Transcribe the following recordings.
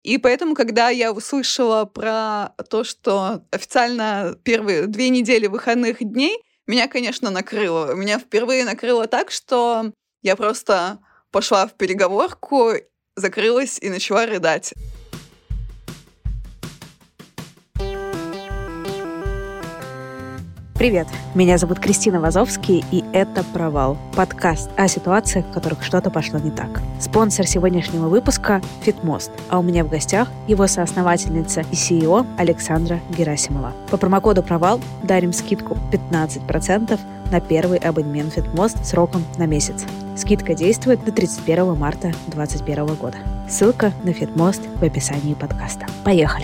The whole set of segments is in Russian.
И поэтому, когда я услышала про то, что официально первые 2 недели выходных дней, меня, конечно, накрыло. Меня впервые накрыло так, что я просто пошла в переговорку, закрылась и начала рыдать. Привет, меня зовут Кристина Вазовский, и это «Провал» — подкаст о ситуациях, в которых что-то пошло не так. Спонсор сегодняшнего выпуска — Fitmost, а у меня в гостях его соосновательница и CEO Александра Герасимова. По промокоду «Провал» дарим скидку 15% на первый абонемент Fitmost сроком на месяц. Скидка действует до 31 марта 2021 года. Ссылка на Fitmost в описании подкаста. Поехали!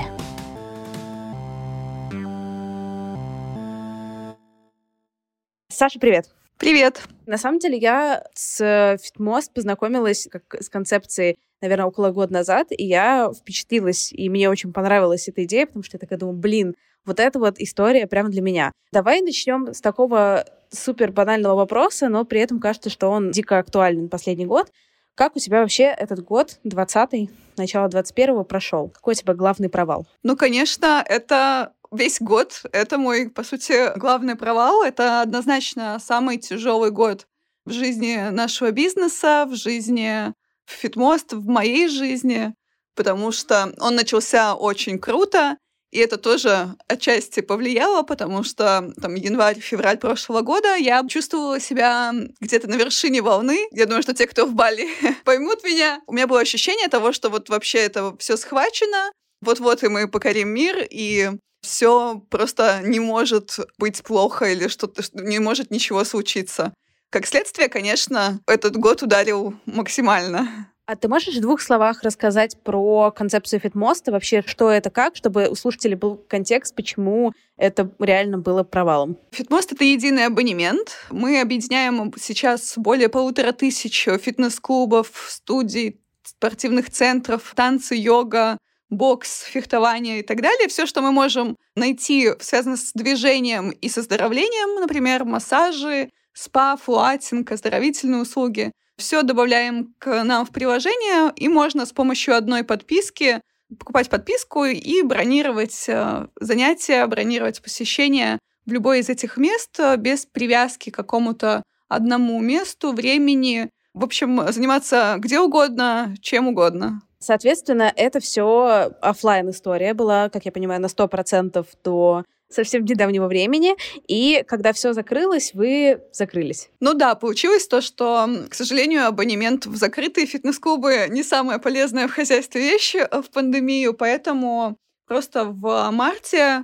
Саша, привет! Привет! На самом деле я с Fitmost познакомилась с концепцией, наверное, около года назад, и я впечатлилась, и мне очень понравилась эта идея, потому что я такая думаю, вот эта вот история прямо для меня. Давай начнем с такого супер банального вопроса, но при этом кажется, что он дико актуален последний год. Как у тебя вообще этот год, 20-й, начало 21-го, прошел? Какой у тебя главный провал? Конечно, это весь год. Это мой, по сути, главный провал. Это однозначно самый тяжелый год в жизни нашего бизнеса, в жизни Fitmost, в моей жизни, потому что он начался очень круто, и это тоже отчасти повлияло, потому что январь-февраль прошлого года я чувствовала себя где-то на вершине волны. Я думаю, что те, кто в Бали, поймут меня. У меня было ощущение того, что вот вообще это все схвачено, вот-вот и мы покорим мир, и все просто не может быть плохо или что-то, не может ничего случиться. Как следствие, конечно, этот год ударил максимально. А ты можешь в 2 словах рассказать про концепцию Fitmost, вообще, что это, как, чтобы у слушателей был контекст, почему это реально было провалом? Fitmost — это единый абонемент. Мы объединяем сейчас более 1500 фитнес-клубов, студий, спортивных центров, танцы, йога, бокс, фехтование и так далее. Все, что мы можем найти, связано с движением и с оздоровлением, например, массажи, спа, флуатинг, оздоровительные услуги. Все добавляем к нам в приложение, и можно с помощью одной подписки покупать подписку и бронировать занятия, бронировать посещение в любое из этих мест без привязки к какому-то одному месту, времени. В общем, заниматься где угодно, чем угодно. Соответственно, это все офлайн история была, как я понимаю, на 100% до совсем недавнего времени. И когда все закрылось, вы закрылись. Ну да, получилось то, что, к сожалению, абонемент в закрытые фитнес-клубы не самая полезная в хозяйстве вещь в пандемию, поэтому просто в марте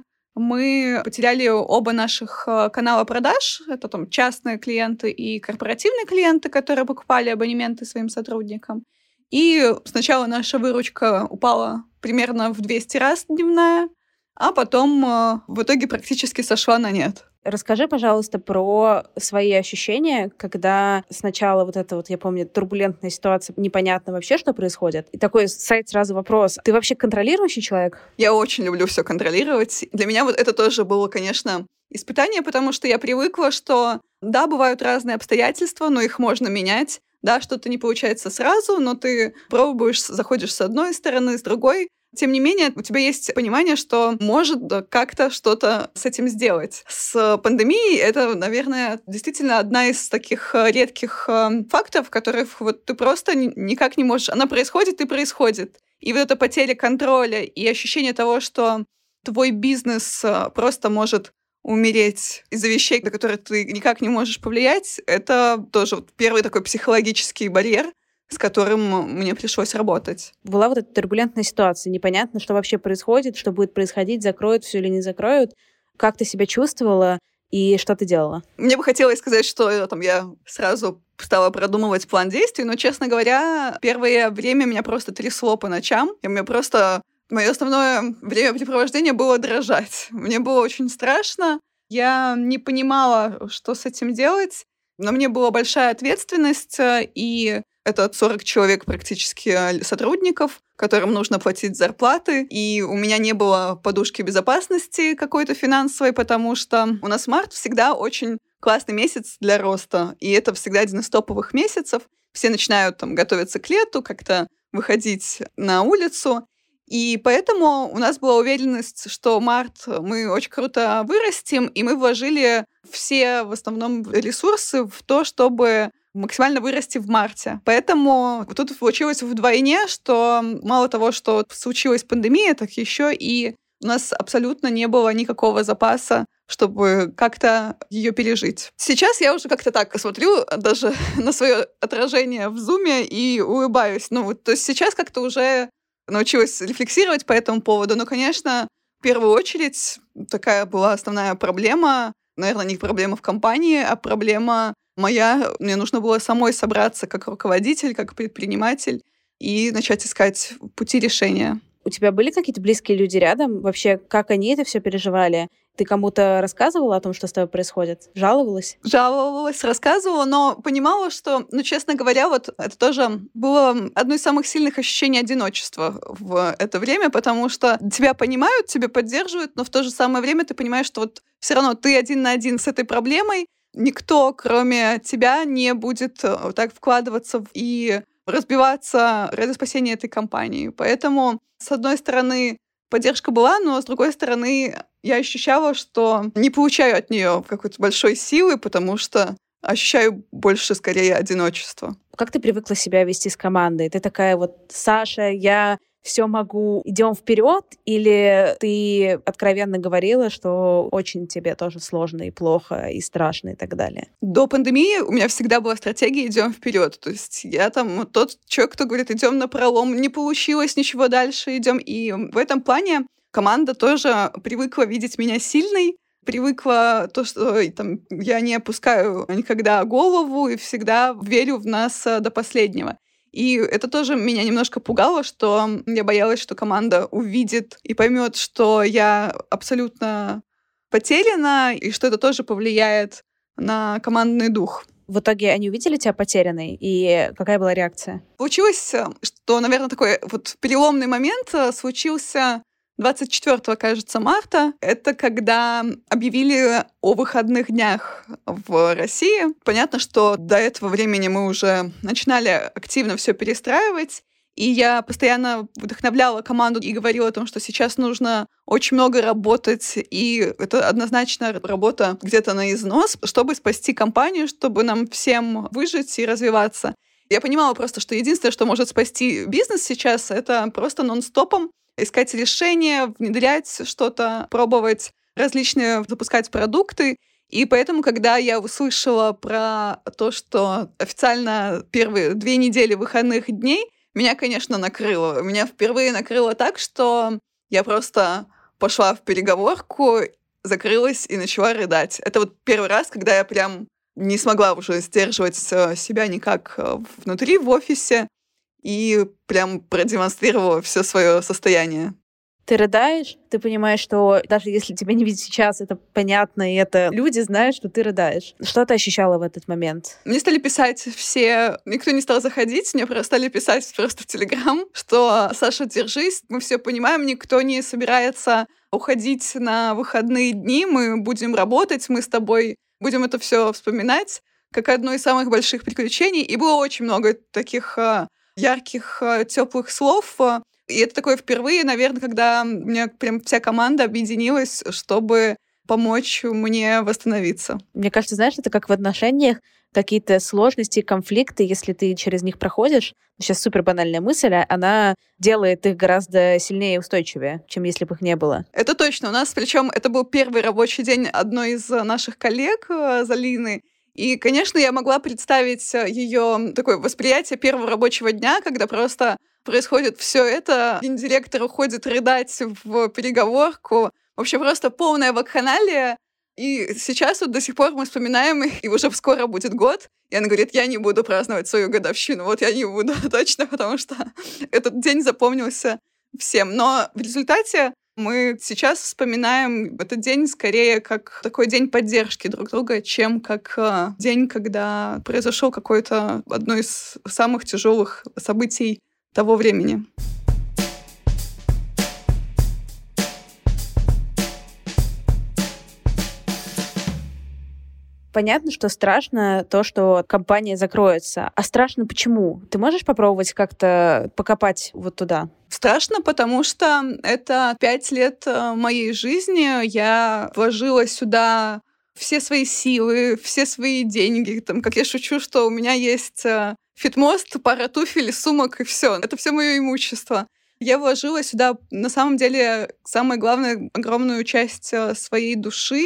мы потеряли оба наших канала продаж. Это частные клиенты и корпоративные клиенты, которые покупали абонементы своим сотрудникам. И сначала наша выручка упала примерно в 200 раз дневная, а потом в итоге практически сошла на нет. Расскажи, пожалуйста, про свои ощущения, когда сначала я помню, турбулентная ситуация, непонятно вообще, что происходит. И такой сразу вопрос. Ты вообще контролирующий человек? Я очень люблю все контролировать. Для меня вот это тоже было, конечно, испытание, потому что я привыкла, что да, бывают разные обстоятельства, но их можно менять. Да, что-то не получается сразу, но ты пробуешь, заходишь с одной стороны, с другой. Тем не менее, у тебя есть понимание, что может как-то что-то с этим сделать. С пандемией это, наверное, действительно одна из таких редких фактов, которых вот ты просто никак не можешь... Она происходит и происходит. И вот эта потеря контроля и ощущение того, что твой бизнес просто может умереть из-за вещей, на которые ты никак не можешь повлиять, это тоже первый такой психологический барьер, с которым мне пришлось работать. Была вот эта турбулентная ситуация, непонятно, что вообще происходит, что будет происходить, закроют все или не закроют. Как ты себя чувствовала и что ты делала? Мне бы хотелось сказать, что я сразу стала продумывать план действий, но, честно говоря, первое время меня просто трясло по ночам, и мое основное времяпрепровождение было дрожать. Мне было очень страшно. Я не понимала, что с этим делать. На мне была большая ответственность, и это 40 человек практически сотрудников, которым нужно платить зарплаты. И у меня не было подушки безопасности какой-то финансовой, потому что у нас март всегда очень классный месяц для роста. И это всегда один из топовых месяцев. Все начинают готовиться к лету, как-то выходить на улицу. И поэтому у нас была уверенность, что март мы очень круто вырастем, и мы вложили все, в основном, ресурсы в то, чтобы максимально вырасти в марте. Поэтому тут получилось вдвойне, что мало того, что случилась пандемия, так еще и у нас абсолютно не было никакого запаса, чтобы как-то ее пережить. Сейчас я уже как-то так смотрю даже на свое отражение в зуме и улыбаюсь. То есть сейчас как-то уже научилась рефлексировать по этому поводу. Но, конечно, в первую очередь такая была основная проблема. Наверное, не проблема в компании, а проблема моя. Мне нужно было самой собраться как руководитель, как предприниматель и начать искать пути решения. У тебя были какие-то близкие люди рядом? Вообще, как они это все переживали? Ты кому-то рассказывала о том, что с тобой происходит? Жаловалась? Жаловалась, рассказывала, но понимала, что, честно говоря, это тоже было одно из самых сильных ощущений одиночества в это время, потому что тебя понимают, тебя поддерживают, но в то же самое время ты понимаешь, что все равно ты один на один с этой проблемой, никто, кроме тебя, не будет так вкладываться и разбиваться ради спасения этой компании. Поэтому, с одной стороны, поддержка была, но с другой стороны, я ощущала, что не получаю от нее какой-то большой силы, потому что ощущаю больше, скорее, одиночество. Как ты привыкла себя вести с командой? Ты такая Саша, я все могу, идем вперед, или ты откровенно говорила, что очень тебе тоже сложно и плохо, и страшно, и так далее? До пандемии у меня всегда была стратегия «идем вперед». То есть я тот человек, кто говорит «идем напролом», не получилось ничего дальше, идем. И в этом плане команда тоже привыкла видеть меня сильной, привыкла то, что я не опускаю никогда голову и всегда верю в нас до последнего. И это тоже меня немножко пугало, что я боялась, что команда увидит и поймет, что я абсолютно потеряна, и что это тоже повлияет на командный дух. В итоге они увидели тебя потерянной, и какая была реакция? Получилось, что, наверное, такой переломный момент случился 24, кажется, марта. Это когда объявили о выходных днях в России. Понятно, что до этого времени мы уже начинали активно все перестраивать. И я постоянно вдохновляла команду и говорила о том, что сейчас нужно очень много работать, и это однозначно работа где-то на износ, чтобы спасти компанию, чтобы нам всем выжить и развиваться. Я понимала просто, что единственное, что может спасти бизнес сейчас, это просто нон-стопом искать решения, внедрять что-то, пробовать различные, запускать продукты. И поэтому, когда я услышала про то, что официально первые 2 недели выходных дней, меня, конечно, накрыло. Меня впервые накрыло так, что я просто пошла в переговорку, закрылась и начала рыдать. Это первый раз, когда я прям не смогла уже сдерживать себя никак внутри, в офисе, и прям продемонстрировала все свое состояние. Ты рыдаешь, ты понимаешь, что даже если тебя не видят сейчас, это понятно, и это люди знают, что ты рыдаешь. Что ты ощущала в этот момент? Мне стали писать все, никто не стал заходить, мне просто стали писать просто в Телеграм, что «Саша, держись, мы все понимаем, никто не собирается уходить на выходные дни, мы будем работать, мы с тобой будем это все вспоминать как одно из самых больших приключений». И было очень много таких ярких, теплых слов. И это такое впервые, наверное, когда у меня прям вся команда объединилась, чтобы помочь мне восстановиться. Мне кажется, знаешь, это как в отношениях какие-то сложности, конфликты, если ты через них проходишь. Сейчас супер банальная мысль, она делает их гораздо сильнее и устойчивее, чем если бы их не было. Это точно. У нас, причем, это был первый рабочий день одной из наших коллег, Залины. И, конечно, я могла представить ее такое восприятие первого рабочего дня, когда просто происходит все это, гендиректор уходит рыдать в переговорку. Вообще просто полная вакханалия. И сейчас до сих пор мы вспоминаем, и уже скоро будет год. И она говорит, я не буду праздновать свою годовщину. Я не буду точно, потому что этот день запомнился всем. Но в результате мы сейчас вспоминаем этот день скорее как такой день поддержки друг друга, чем как день, когда произошел какое-то одно из самых тяжелых событий того времени. Понятно, что страшно то, что компания закроется. А страшно почему? Ты можешь попробовать как-то покопать вот туда? Страшно, потому что это 5 лет моей жизни. Я вложила сюда все свои силы, все свои деньги. Там, как я шучу, что у меня есть фитмост, пара туфель, сумок и все. Это все мое имущество. Я вложила сюда, на самом деле, самое главное, огромную часть своей души.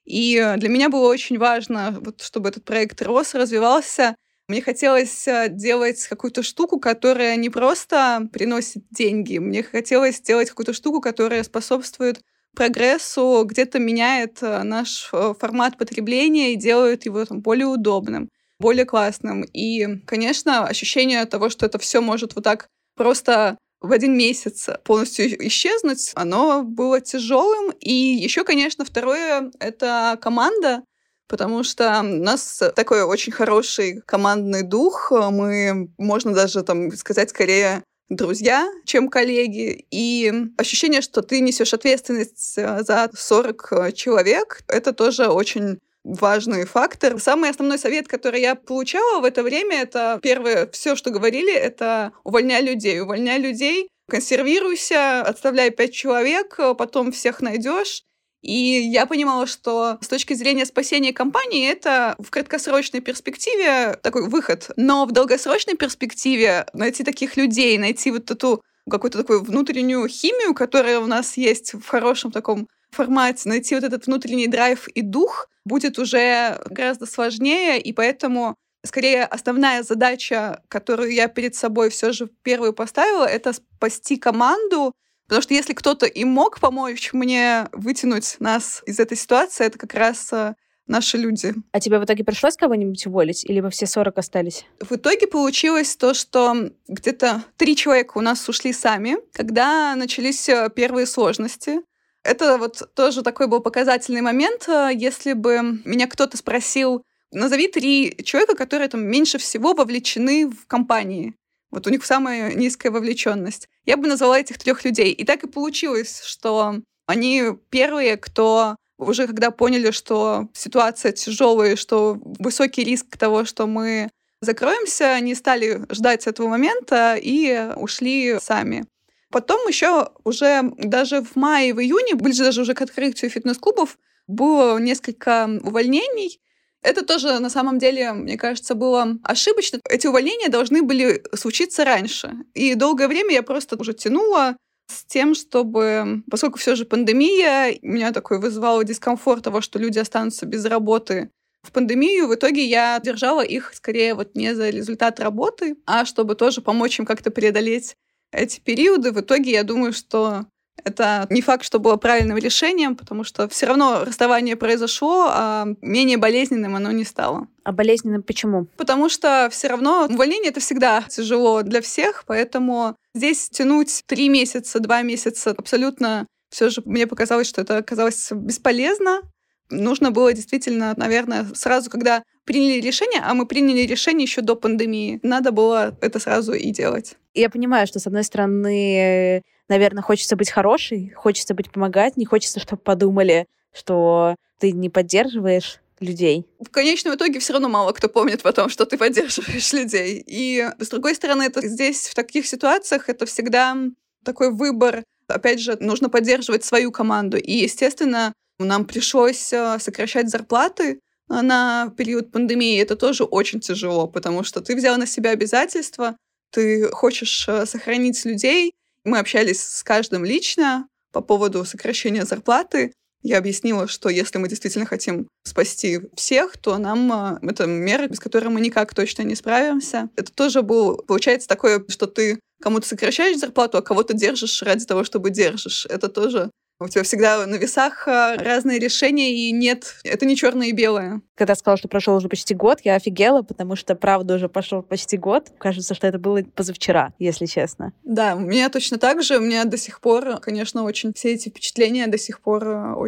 И для меня было очень важно, вот, чтобы этот проект рос, развивался. Мне хотелось делать какую-то штуку, которая не просто приносит деньги. Мне хотелось сделать какую-то штуку, которая способствует прогрессу, где-то меняет наш формат потребления и делает его там более удобным, более классным. И, конечно, ощущение того, что это все может вот так просто в один месяц полностью исчезнуть, оно было тяжелым. И еще, конечно, второе — это команда, потому что у нас такой очень хороший командный дух. Мы, можно даже там сказать, скорее друзья, чем коллеги. И ощущение, что ты несешь ответственность за 40 человек, это тоже очень важный фактор. Самый основной совет, который я получала в это время, это первое, все, что говорили, это увольняй людей. Увольняй людей, консервируйся, отставляй 5 человек, потом всех найдешь. И я понимала, что с точки зрения спасения компании это в краткосрочной перспективе такой выход. Но в долгосрочной перспективе найти таких людей, найти вот эту какую-то такую внутреннюю химию, которая у нас есть в хорошем таком формате, найти вот этот внутренний драйв и дух будет уже гораздо сложнее, и поэтому скорее основная задача, которую я перед собой все же первую поставила, это спасти команду. Потому что если кто-то и мог помочь мне вытянуть нас из этой ситуации, это как раз наши люди. А тебе в итоге пришлось кого-нибудь уволить? Или вы все 40 остались? В итоге получилось то, что где-то 3 человека у нас ушли сами, когда начались первые сложности. Это вот тоже такой был показательный момент. Если бы меня кто-то спросил, назови 3 человека, которые там меньше всего вовлечены в компании. Вот у них самая низкая вовлеченность. Я бы назвала этих 3 людей. И так и получилось, что они первые, кто уже когда поняли, что ситуация тяжелая, что высокий риск того, что мы закроемся, они стали ждать этого момента и ушли сами. Потом еще уже даже в мае, в июне, ближе даже уже к открытию фитнес-клубов, было несколько увольнений. Это тоже, на самом деле, мне кажется, было ошибочно. Эти увольнения должны были случиться раньше. И долгое время я просто уже тянула с тем, чтобы... Поскольку все же пандемия, меня такой вызывало дискомфорт того, что люди останутся без работы в пандемию. В итоге я держала их скорее вот не за результат работы, а чтобы тоже помочь им как-то преодолеть эти периоды. В итоге я думаю, что это не факт, что было правильным решением, потому что все равно расставание произошло, а менее болезненным оно не стало. А болезненным почему? Потому что все равно увольнение — это всегда тяжело для всех, поэтому здесь тянуть 3 месяца, 2 месяца абсолютно все же мне показалось, что это оказалось бесполезно. Нужно было действительно, наверное, сразу, когда приняли решение, а мы приняли решение еще до пандемии, надо было это сразу и делать. Я понимаю, что, с одной стороны, наверное, хочется быть хорошей, хочется быть помогать, не хочется, чтобы подумали, что ты не поддерживаешь людей. В конечном итоге все равно мало кто помнит потом, что ты поддерживаешь людей. И, с другой стороны, это здесь, в таких ситуациях, это всегда такой выбор. Опять же, нужно поддерживать свою команду. И, естественно, нам пришлось сокращать зарплаты на период пандемии. Это тоже очень тяжело, потому что ты взял на себя обязательства, ты хочешь сохранить людей. Мы общались с каждым лично по поводу сокращения зарплаты. Я объяснила, что если мы действительно хотим спасти всех, то нам это меры, без которых мы никак точно не справимся. Это тоже был, получается, такое, что ты кому-то сокращаешь зарплату, а кого-то держишь ради того, чтобы держишь. Это тоже у тебя всегда на весах разные решения, и нет, это не черное и белое. Когда сказала, что прошел уже почти год, я офигела, потому что, правда, уже пошел почти год. Кажется, что это было позавчера, если честно. Да, у меня точно так же. У меня до сих пор, конечно, очень все эти впечатления до сих пор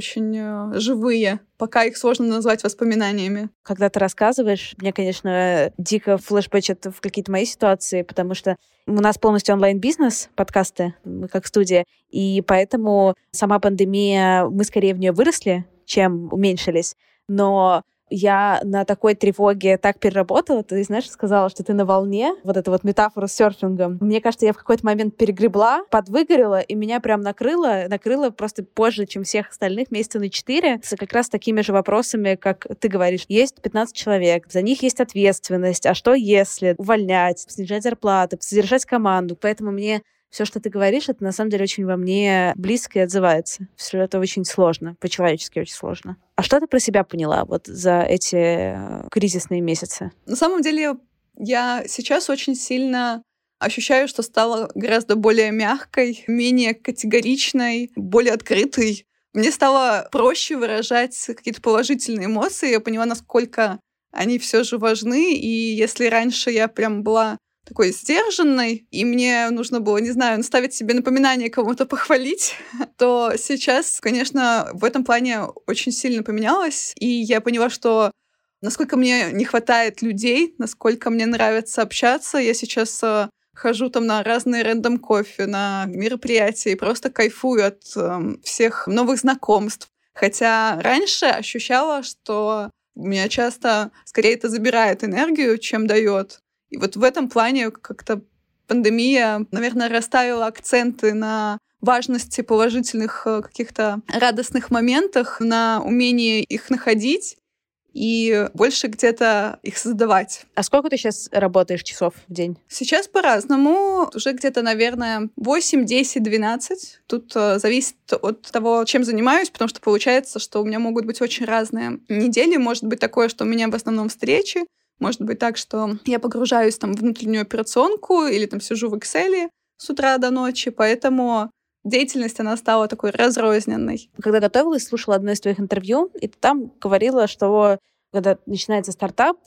очень живые. Пока их сложно назвать воспоминаниями. Когда ты рассказываешь, мне, конечно, дико флешбэчит в какие-то мои ситуации, потому что у нас полностью онлайн-бизнес, подкасты, мы как студия, и поэтому сама пандемия, мы скорее в нее выросли, чем уменьшились. Но я на такой тревоге так переработала. Ты, знаешь, сказала, что ты на волне. Вот эта вот метафора с серфингом. Мне кажется, я в какой-то момент перегребла, подвыгорела, и меня прям накрыло просто позже, чем всех остальных, месяца на 4, с как раз такими же вопросами, как ты говоришь. Есть 15 человек, за них есть ответственность. А что если увольнять, снижать зарплаты, содержать команду? Поэтому мне все, что ты говоришь, это на самом деле очень во мне близко и отзывается. Все это очень сложно, по-человечески очень сложно. А что ты про себя поняла вот за эти кризисные месяцы? На самом деле, я сейчас очень сильно ощущаю, что стала гораздо более мягкой, менее категоричной, более открытой. Мне стало проще выражать какие-то положительные эмоции. Я поняла, насколько они все же важны. И если раньше я прям была такой сдержанной, и мне нужно было, не знаю, ставить себе напоминание кому-то похвалить, то сейчас, конечно, в этом плане очень сильно поменялось. И я поняла, что насколько мне не хватает людей, насколько мне нравится общаться. Я сейчас хожу там на разные рэндом-кофе, на мероприятия и просто кайфую от всех новых знакомств. Хотя раньше ощущала, что у меня часто скорее это забирает энергию, чем дает. И вот в этом плане как-то пандемия, наверное, расставила акценты на важности положительных каких-то радостных моментах, на умении их находить и больше где-то их создавать. А сколько ты сейчас работаешь часов в день? Сейчас по-разному. Уже где-то, наверное, 8, 10, 12. Тут зависит от того, чем занимаюсь, потому что получается, что у меня могут быть очень разные недели. Может быть такое, что у меня в основном встречи. Может быть так, что я погружаюсь там в внутреннюю операционку или там сижу в Excel с утра до ночи, поэтому деятельность, она стала такой разрозненной. Когда готовилась, слушала одно из твоих интервью, и ты там говорила, что когда начинается стартап,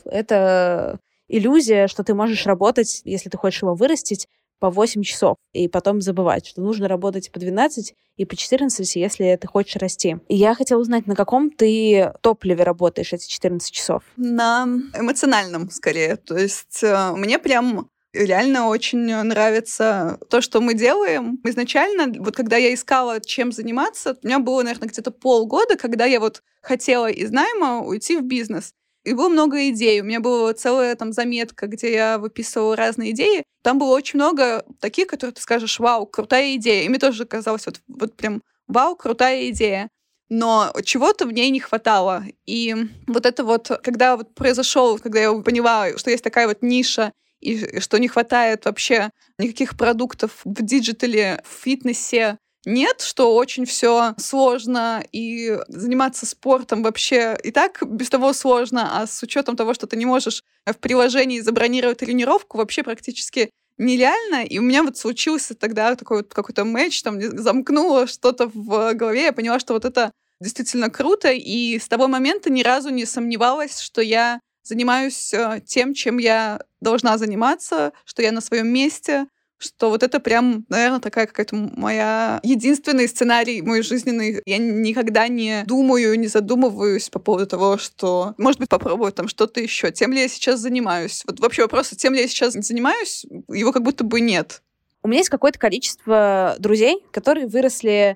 это иллюзия, что ты можешь работать, если ты хочешь его вырастить, по 8 часов, и потом забывать, что нужно работать по 12 и по 14, если ты хочешь расти. И я хотела узнать, на каком ты топливе работаешь эти 14 часов? На эмоциональном, скорее. То есть мне прям реально очень нравится то, что мы делаем. Изначально, вот когда я искала, чем заниматься, у меня было, наверное, где-то полгода, когда я вот хотела из найма уйти в бизнес. И было много идей. У меня была целая там заметка, где я выписывала разные идеи. Там было очень много таких, которые ты скажешь: вау, крутая идея. И мне тоже казалось, вот прям вау, крутая идея. Но чего-то в ней не хватало. И вот это вот, когда вот произошел, когда я поняла, что есть такая вот ниша, и что не хватает вообще никаких продуктов в диджитале, в фитнесе, нет, что очень все сложно, и заниматься спортом вообще и так без того сложно, а с учетом того, что ты не можешь в приложении забронировать тренировку, вообще практически нереально. И у меня вот случился тогда такой вот какой-то матч, там замкнуло что-то в голове, я поняла, что вот это действительно круто, и с того момента ни разу не сомневалась, что я занимаюсь тем, чем я должна заниматься, что я на своем месте, что вот это прям, наверное, такая какая-то моя единственный сценарий мой жизненный. Я никогда не думаю, не задумываюсь по поводу того, что, может быть, попробую там что-то еще. Тем ли я сейчас занимаюсь? Вот вообще вопрос, тем ли я сейчас занимаюсь, его как будто бы нет. У меня есть какое-то количество друзей, которые выросли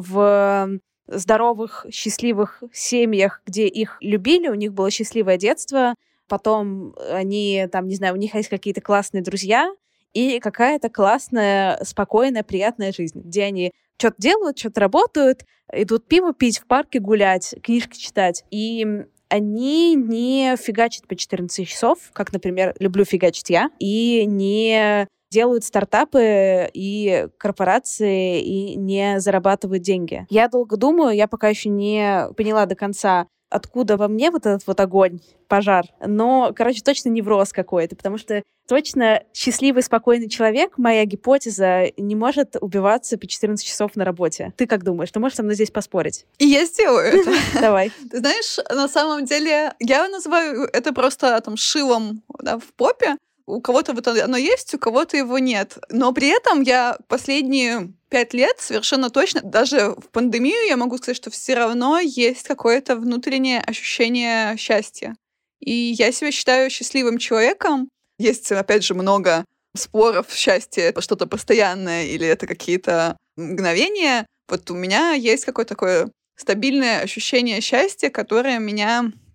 в здоровых, счастливых семьях, где их любили, у них было счастливое детство, потом они, там, не знаю, у них есть какие-то классные друзья, и какая-то классная, спокойная, приятная жизнь, где они что-то делают, что-то работают, идут пиво пить, в парке гулять, книжки читать. И они не фигачат по 14 часов, как, например, люблю фигачить я, и не делают стартапы и корпорации, и не зарабатывают деньги. Я долго думаю, я пока еще не поняла до конца, откуда во мне вот этот вот огонь, пожар. Но, короче, точно невроз какой-то, потому что точно счастливый, спокойный человек, моя гипотеза, не может убиваться по 14 часов на работе. Ты как думаешь? Ты можешь со мной здесь поспорить? И я сделаю это. Давай. Ты знаешь, на самом деле, я называю это просто там шилом, да, в попе. У кого-то вот оно есть, у кого-то его нет. Но при этом я последние 5 лет совершенно точно, даже в пандемию, я могу сказать, что все равно есть какое-то внутреннее ощущение счастья. И я себя считаю счастливым человеком. Есть, опять же, много споров, счастье — это что-то постоянное или это какие-то мгновения. Вот у меня есть какое-то такое стабильное ощущение счастья, которое меня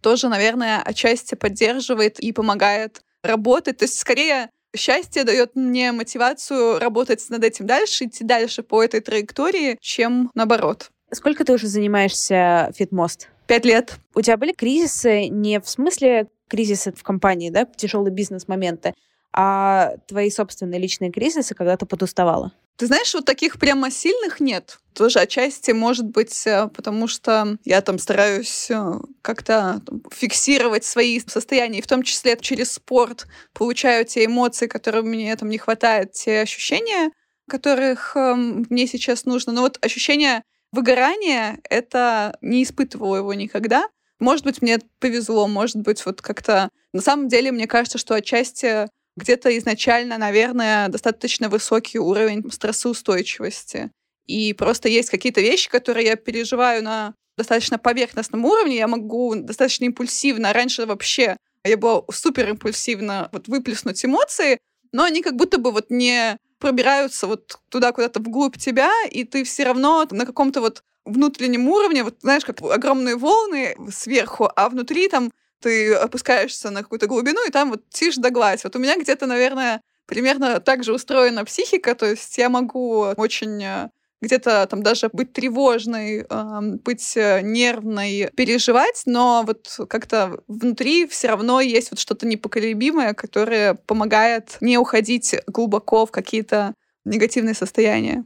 тоже, наверное, отчасти поддерживает и помогает работать. То есть, скорее, счастье дает мне мотивацию работать над этим дальше, идти дальше по этой траектории, чем наоборот. Сколько ты уже занимаешься FitMost? 5 лет. У тебя были кризисы не в смысле кризисы в компании, да, тяжелые бизнес-моменты, а твои собственные личные кризисы, когда ты подуставала? Ты знаешь, вот таких прямо сильных нет. Тоже отчасти, может быть, потому что я там стараюсь как-то фиксировать свои состояния, и в том числе через спорт получаю те эмоции, которые мне там не хватает, те ощущения, которых мне сейчас нужно. Но вот ощущение выгорания, это не испытывала его никогда. Может быть, мне повезло, может быть, вот как-то... На самом деле, мне кажется, что отчасти где-то изначально, наверное, достаточно высокий уровень стрессоустойчивости. И просто есть какие-то вещи, которые я переживаю на достаточно поверхностном уровне. Я могу достаточно импульсивно. Раньше вообще я была супер импульсивно выплеснуть эмоции, но они как будто бы не пробираются туда куда-то вглубь тебя, и ты все равно на каком-то внутреннем уровне, знаешь, как огромные волны сверху, а внутри там ты опускаешься на какую-то глубину, и там тишь да гладь. У меня где-то, наверное, примерно так же устроена психика, то есть я могу очень где-то там даже быть тревожной, быть нервной, переживать, но как-то внутри все равно есть что-то непоколебимое, которое помогает не уходить глубоко в какие-то негативные состояния.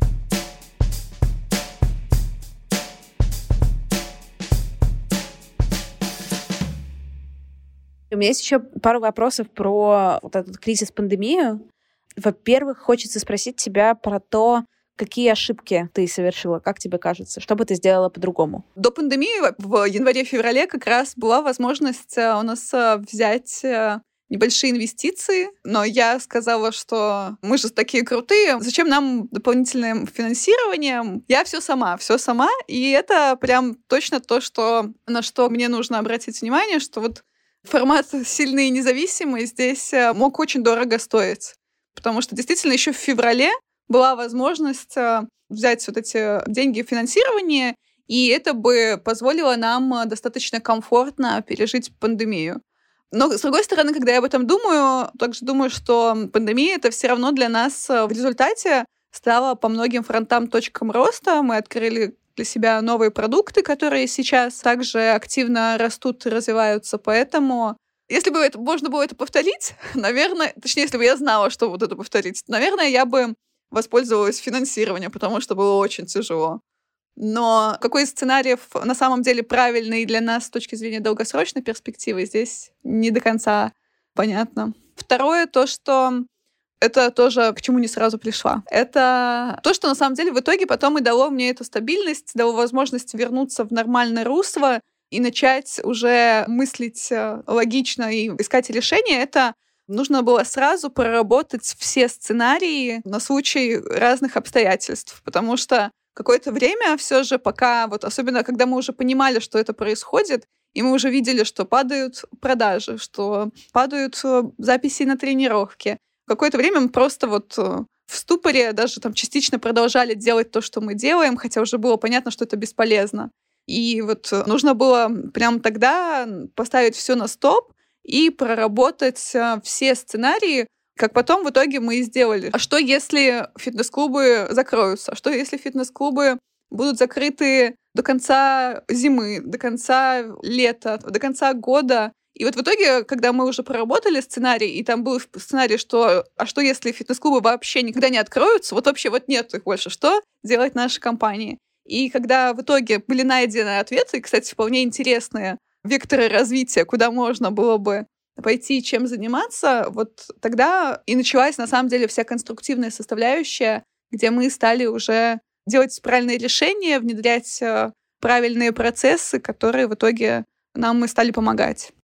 У меня есть еще пару вопросов про этот кризис-пандемию. Во-первых, хочется спросить тебя про то, какие ошибки ты совершила, как тебе кажется? Что бы ты сделала по-другому? До пандемии в январе-феврале как раз была возможность у нас взять небольшие инвестиции, но я сказала, что мы же такие крутые, зачем нам дополнительное финансирование? Я все сама, и это прям точно то, на что мне нужно обратить внимание, что формат «сильный и независимый» здесь мог очень дорого стоить, потому что действительно еще в феврале была возможность взять эти деньги в финансирование, и это бы позволило нам достаточно комфортно пережить пандемию. Но, с другой стороны, когда я об этом думаю, также думаю, что пандемия — это все равно для нас в результате стала по многим фронтам точкам роста. Мы открыли для себя новые продукты, которые сейчас также активно растут и развиваются. Поэтому, если бы можно было это повторить, наверное, точнее, если бы я знала, что это повторить, наверное, я бы воспользовалась финансированием, потому что было очень тяжело. Но какой из сценариев на самом деле правильный для нас с точки зрения долгосрочной перспективы, здесь не до конца понятно. Второе, то, что это тоже к чему не сразу пришла. Это то, что на самом деле в итоге потом и дало мне эту стабильность, дало возможность вернуться в нормальное русло и начать уже мыслить логично и искать решения. Это нужно было сразу проработать все сценарии на случай разных обстоятельств, потому что какое-то время все же, пока особенно когда мы уже понимали, что это происходит, и мы уже видели, что падают продажи, что падают записи на тренировки, какое-то время мы просто в ступоре даже там частично продолжали делать то, что мы делаем, хотя уже было понятно, что это бесполезно. И нужно было прямо тогда поставить все на стоп и проработать все сценарии, как потом в итоге мы и сделали. А что, если фитнес-клубы закроются? А что, если фитнес-клубы будут закрыты до конца зимы, до конца лета, до конца года? И в итоге, когда мы уже проработали сценарий, и там был сценарий, что если фитнес-клубы вообще никогда не откроются, вообще нет их больше, что делать нашей компании? И когда в итоге были найдены ответы, кстати, вполне интересные векторы развития, куда можно было бы пойти, чем заниматься, тогда и началась, на самом деле, вся конструктивная составляющая, где мы стали уже делать правильные решения, внедрять правильные процессы, которые в итоге нам и стали помогать.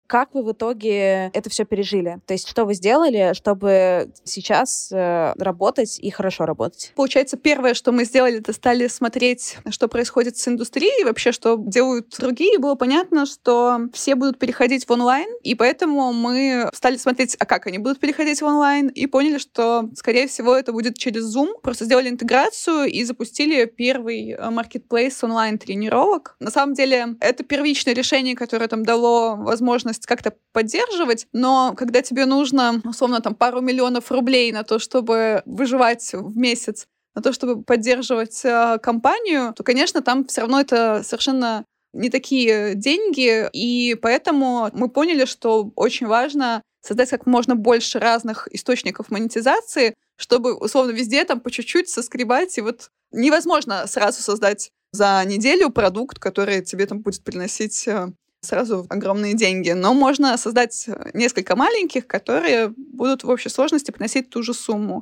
Как вы в итоге это все пережили? То есть что вы сделали, чтобы сейчас работать и хорошо работать? Получается, первое, что мы сделали, это стали смотреть, что происходит с индустрией, вообще, что делают другие. Было понятно, что все будут переходить в онлайн, и поэтому мы стали смотреть, а как они будут переходить в онлайн, и поняли, что, скорее всего, это будет через Zoom. Просто сделали интеграцию и запустили первый маркетплейс онлайн-тренировок. На самом деле, это первичное решение, которое там дало возможность как-то поддерживать, но когда тебе нужно, условно, там пару миллионов рублей на то, чтобы выживать в месяц, на то, чтобы поддерживать компанию, то, конечно, там все равно это совершенно не такие деньги, и поэтому мы поняли, что очень важно создать как можно больше разных источников монетизации, чтобы, условно, везде там по чуть-чуть соскребать, и вот невозможно сразу создать за неделю продукт, который тебе там будет приносить сразу огромные деньги. Но можно создать несколько маленьких, которые будут в общей сложности приносить ту же сумму.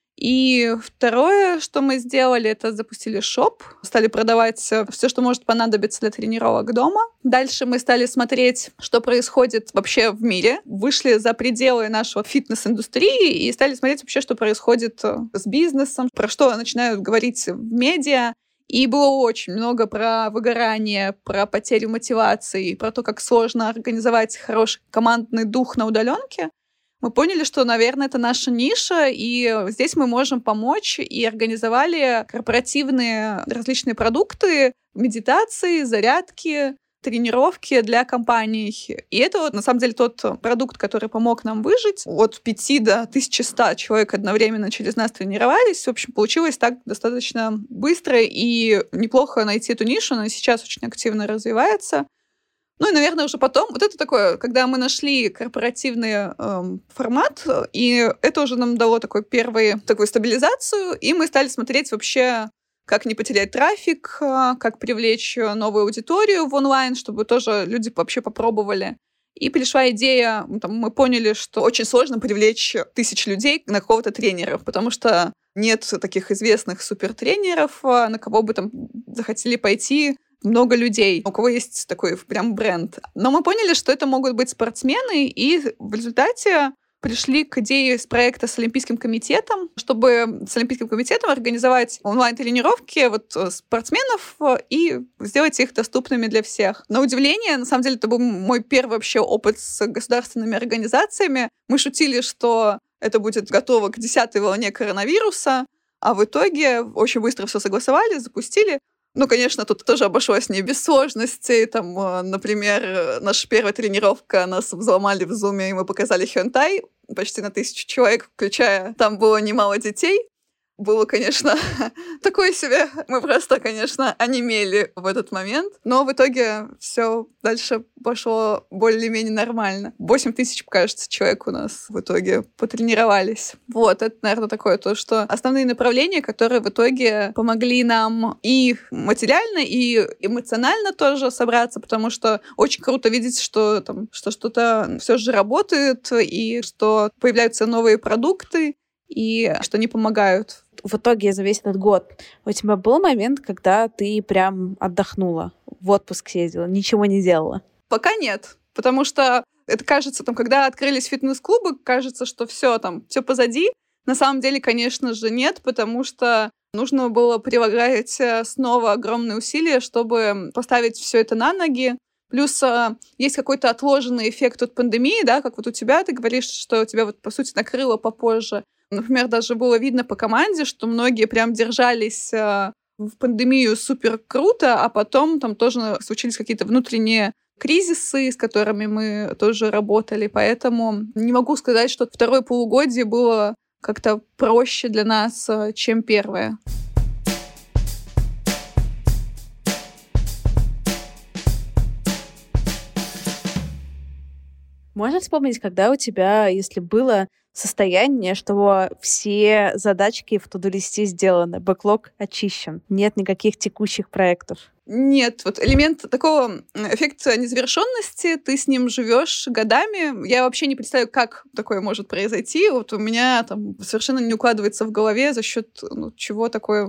И второе, что мы сделали, это запустили шоп, стали продавать все, что может понадобиться для тренировок дома. Дальше мы стали смотреть, что происходит вообще в мире, вышли за пределы нашего фитнес-индустрии и стали смотреть вообще, что происходит с бизнесом, про что начинают говорить в медиа. И было очень много про выгорание, про потерю мотивации, про то, как сложно организовать хороший командный дух на удаленке. Мы поняли, что, наверное, это наша ниша, и здесь мы можем помочь, и организовали корпоративные различные продукты, медитации, зарядки, тренировки для компаний. И это вот, на самом деле, тот продукт, который помог нам выжить. От 5 до 1100 человек одновременно через нас тренировались. В общем, получилось так достаточно быстро и неплохо найти эту нишу. Она сейчас очень активно развивается. Ну и, наверное, уже потом, вот это такое, когда мы нашли корпоративный формат, и это уже нам дало такую стабилизацию, и мы стали смотреть вообще, как не потерять трафик, как привлечь новую аудиторию в онлайн, чтобы тоже люди вообще попробовали. И пришла идея, мы поняли, что очень сложно привлечь 1000 людей на какого-то тренера, потому что нет таких известных супертренеров, на кого бы там захотели пойти много людей, у кого есть такой прям бренд. Но мы поняли, что это могут быть спортсмены, и в результате пришли к идее с проекта с Олимпийским комитетом, чтобы с Олимпийским комитетом организовать онлайн-тренировки спортсменов и сделать их доступными для всех. На удивление, на самом деле, это был мой первый вообще опыт с государственными организациями. Мы шутили, что это будет готово к 10-й волне коронавируса, а в итоге очень быстро все согласовали, запустили. Ну, конечно, тут тоже обошлось не без сложностей. Там, например, наша первая тренировка, нас взломали в Зуме, и мы показали хёнтай почти на 1000 человек, включая, там было немало детей. Было, конечно, такое себе. Мы просто, конечно, онемели в этот момент. Но в итоге все дальше пошло более-менее нормально. 8000, кажется, человек у нас в итоге потренировались. Вот, это, наверное, такое то, что основные направления, которые в итоге помогли нам и материально, и эмоционально тоже собраться, потому что очень круто видеть, что там, что что-то все же работает, и что появляются новые продукты, и что они помогают. В итоге за весь этот год у тебя был момент, когда ты прям отдохнула, в отпуск съездила, ничего не делала? Пока нет, потому что это кажется, там, когда открылись фитнес-клубы, кажется, что все позади. На самом деле, конечно же, нет, потому что нужно было прилагать снова огромные усилия, чтобы поставить все это на ноги. Плюс есть какой-то отложенный эффект от пандемии, да, как вот у тебя, ты говоришь, что тебя вот, по сути, накрыло попозже. Например, даже было видно по команде, что многие прям держались в пандемию супер круто, а потом там тоже случились какие-то внутренние кризисы, с которыми мы тоже работали. Поэтому не могу сказать, что второе полугодие было как-то проще для нас, чем первое. Можно вспомнить, когда у тебя, если было состояние, что все задачки в туду-листе сделаны, бэклог очищен, нет никаких текущих проектов? Нет, вот элемент такого эффекта незавершенности, ты с ним живешь годами. Я вообще не представляю, как такое может произойти. Вот у меня там совершенно не укладывается в голове, за счет чего такое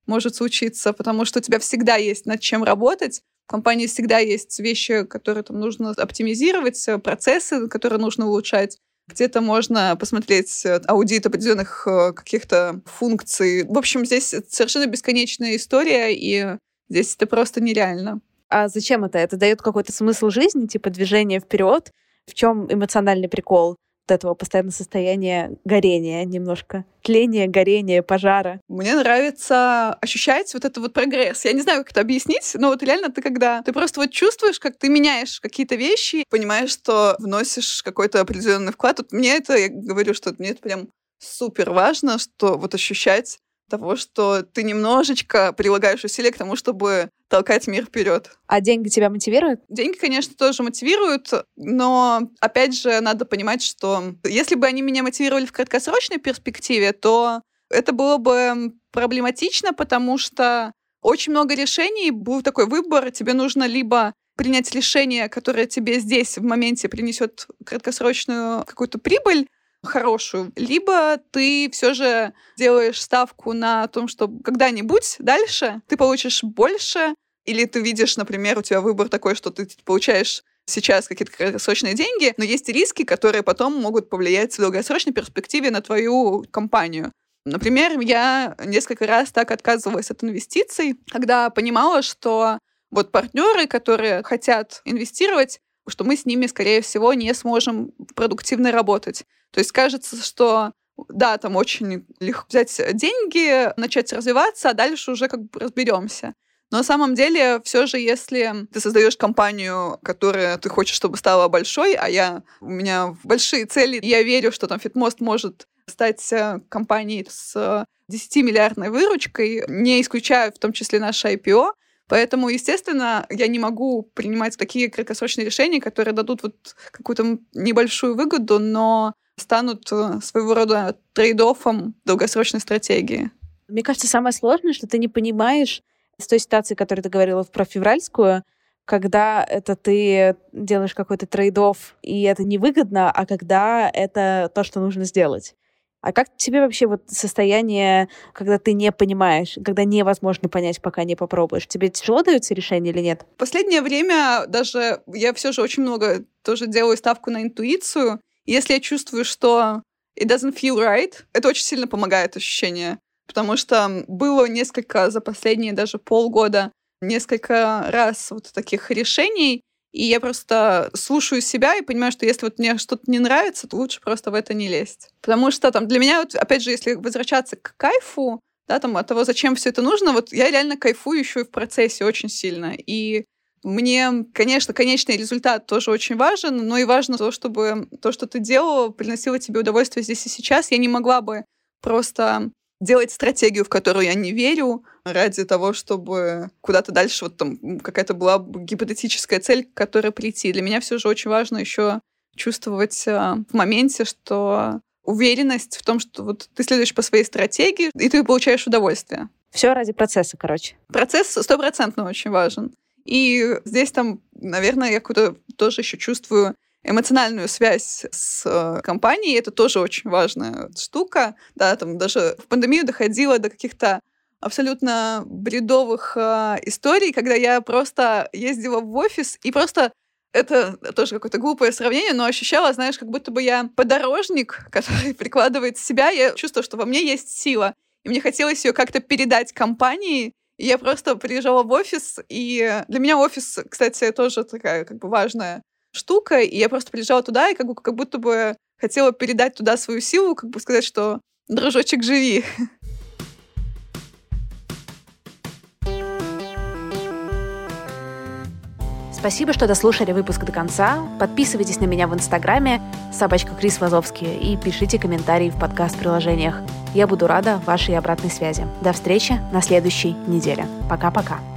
может случиться, потому что у тебя всегда есть над чем работать. В компании всегда есть вещи, которые там нужно оптимизировать, процессы, которые нужно улучшать. Где-то можно посмотреть аудит определенных каких-то функций. В общем, здесь совершенно бесконечная история, и здесь это просто нереально. А зачем это? Это дает какой-то смысл жизни, типа движение вперед? В чем эмоциональный прикол этого постоянного состояния горения немножко? Тления, горения, пожара. Мне нравится ощущать вот этот вот прогресс. Я не знаю, как это объяснить, но вот реально ты просто вот чувствуешь, как ты меняешь какие-то вещи, понимаешь, что вносишь какой-то определенный вклад. Вот мне это, я говорю, что мне это прям супер важно, что вот ощущать того, что ты немножечко прилагаешь усилия к тому, чтобы толкать мир вперед. А деньги тебя мотивируют? Деньги, конечно, тоже мотивируют, но, опять же, надо понимать, что если бы они меня мотивировали в краткосрочной перспективе, то это было бы проблематично, потому что очень много решений, был такой выбор, тебе нужно либо принять решение, которое тебе здесь в моменте принесет краткосрочную какую-то прибыль, хорошую, либо ты все же делаешь ставку на том, что когда-нибудь дальше ты получишь больше, или ты видишь, например, у тебя выбор такой, что ты получаешь сейчас какие-то краткосрочные деньги, но есть риски, которые потом могут повлиять в долгосрочной перспективе на твою компанию. Например, я несколько раз так отказывалась от инвестиций, когда понимала, что вот партнеры, которые хотят инвестировать, что мы с ними, скорее всего, не сможем продуктивно работать. То есть кажется, что да, там очень легко взять деньги, начать развиваться, а дальше уже как бы разберемся. Но на самом деле, все же, если ты создаешь компанию, которая ты хочешь, чтобы стала большой, у меня большие цели, я верю, что там Fitmost может стать компанией с 10-миллиардной выручкой, не исключая в том числе наше IPO. Поэтому, естественно, я не могу принимать такие краткосрочные решения, которые дадут вот какую-то небольшую выгоду, но станут своего рода трейд-оффом долгосрочной стратегии. Мне кажется, самое сложное, что ты не понимаешь с той ситуации, которую ты говорила про февральскую, когда это ты делаешь какой-то трейд-офф, и это невыгодно, а когда это то, что нужно сделать. А как тебе вообще вот состояние, когда ты не понимаешь, когда невозможно понять, пока не попробуешь? Тебе тяжело даются решения или нет? В последнее время даже я все же очень много тоже делаю ставку на интуицию. Если я чувствую, что it doesn't feel right, это очень сильно помогает ощущение. Потому что было несколько за последние даже полгода несколько раз вот таких решений, и я просто слушаю себя и понимаю, что если вот мне что-то не нравится, то лучше просто в это не лезть. Потому что там для меня, вот, опять же, если возвращаться к кайфу, да, там, от того, зачем все это нужно, вот я реально кайфую еще и в процессе очень сильно. И мне, конечно, конечный результат тоже очень важен, но и важно то, чтобы то, что ты делала, приносило тебе удовольствие здесь и сейчас. Я не могла бы просто делать стратегию, в которую я не верю, ради того, чтобы куда-то дальше вот там какая-то была гипотетическая цель, к которой прийти. Для меня все же очень важно еще чувствовать в моменте, что уверенность в том, что вот ты следуешь по своей стратегии, и ты получаешь удовольствие. Все ради процесса, короче. Процесс 100% очень важен. И здесь там, наверное, я какую-то тоже еще чувствую эмоциональную связь с компанией. Это тоже очень важная штука. Да, там даже в пандемию доходило до каких-то абсолютно бредовых историй, когда я просто ездила в офис и просто это тоже какое-то глупое сравнение, но ощущала, знаешь, как будто бы я подорожник, который прикладывает себя. Я чувствую, что во мне есть сила. И мне хотелось ее как-то передать компании. И я просто приезжала в офис. И для меня офис, кстати, тоже такая как бы важная штука. И я просто приезжала туда и как будто бы хотела передать туда свою силу, как бы сказать, что дружочек, живи. Спасибо, что дослушали выпуск до конца. Подписывайтесь на меня в Инстаграме @KrisVazovsky и пишите комментарии в подкаст-приложениях. Я буду рада вашей обратной связи. До встречи на следующей неделе. Пока-пока.